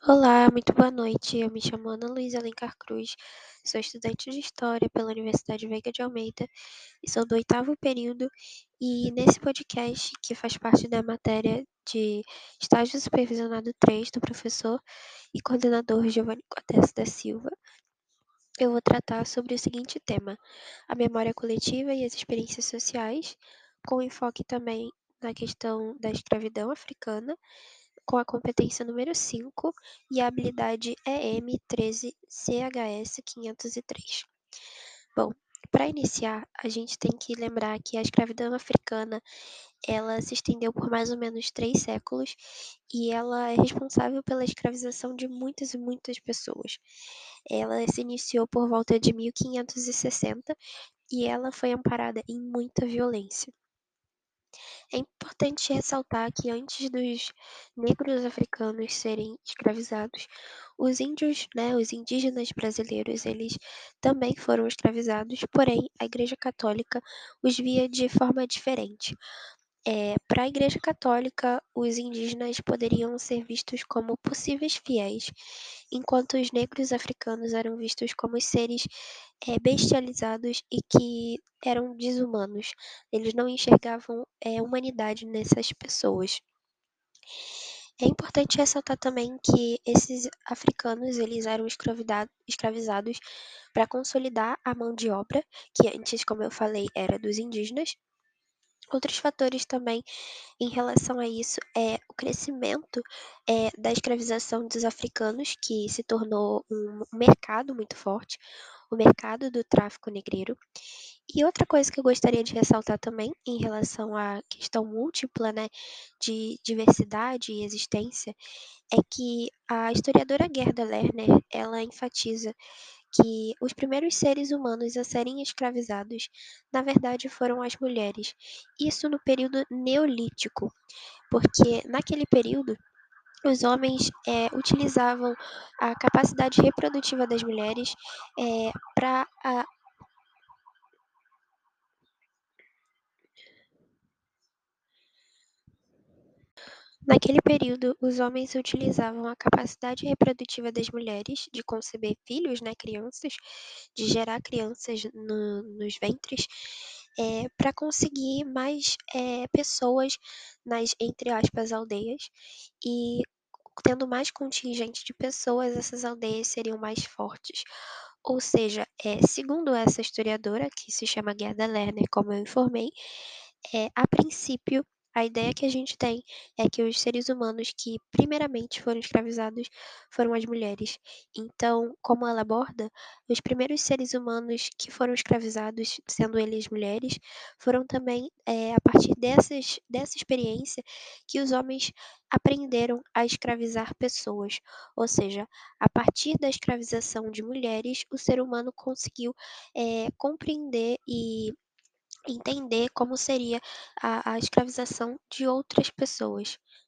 Olá, muito boa noite. Eu me chamo Ana Luísa Alencar Cruz, sou estudante de História pela Universidade Veiga de Almeida e sou do oitavo período. E nesse podcast, que faz parte da matéria de Estágio Supervisionado 3 do professor e coordenador Giovanni Cortes da Silva, eu vou tratar sobre o seguinte tema: a memória coletiva e as experiências sociais, com enfoque também na questão da escravidão africana, com a competência número 5 e a habilidade EM13CHS 503. Bom, para iniciar, a gente tem que lembrar que a escravidão africana, ela se estendeu por mais ou menos 3 séculos e ela é responsável pela escravização de muitas e muitas pessoas. Ela se iniciou por volta de 1560 e ela foi amparada em muita violência. É importante ressaltar que antes dos negros africanos serem escravizados, os índios, os indígenas brasileiros, eles também foram escravizados, porém a Igreja Católica os via de forma diferente. Para a Igreja Católica, os indígenas poderiam ser vistos como possíveis fiéis, enquanto os negros africanos eram vistos como seres bestializados e que eram desumanos. Eles não enxergavam humanidade nessas pessoas. É importante ressaltar também que esses africanos eles eram escravizados para consolidar a mão de obra, que antes, como eu falei, era dos indígenas. Outros fatores também em relação a isso é o crescimento da escravização dos africanos, que se tornou um mercado muito forte, o mercado do tráfico negreiro. E outra coisa que eu gostaria de ressaltar também, em relação à questão múltipla, de diversidade e existência, é que a historiadora Gerda Lerner, ela enfatiza que os primeiros seres humanos a serem escravizados, na verdade, foram as mulheres. Isso no período neolítico, porque naquele período os homens utilizavam a capacidade reprodutiva das mulheres para Naquele período, os homens utilizavam a capacidade reprodutiva das mulheres de conceber filhos, crianças, de gerar crianças nos ventres, para conseguir mais pessoas nas, entre aspas, aldeias, e tendo mais contingente de pessoas, essas aldeias seriam mais fortes. Ou seja, segundo essa historiadora, que se chama Gerda Lerner, como eu informei, a princípio, a ideia que a gente tem é que os seres humanos que primeiramente foram escravizados foram as mulheres. Então, como ela aborda, os primeiros seres humanos que foram escravizados, sendo eles mulheres, foram também a partir dessa experiência que os homens aprenderam a escravizar pessoas. Ou seja, a partir da escravização de mulheres, o ser humano conseguiu compreender e entender como seria a escravização de outras pessoas.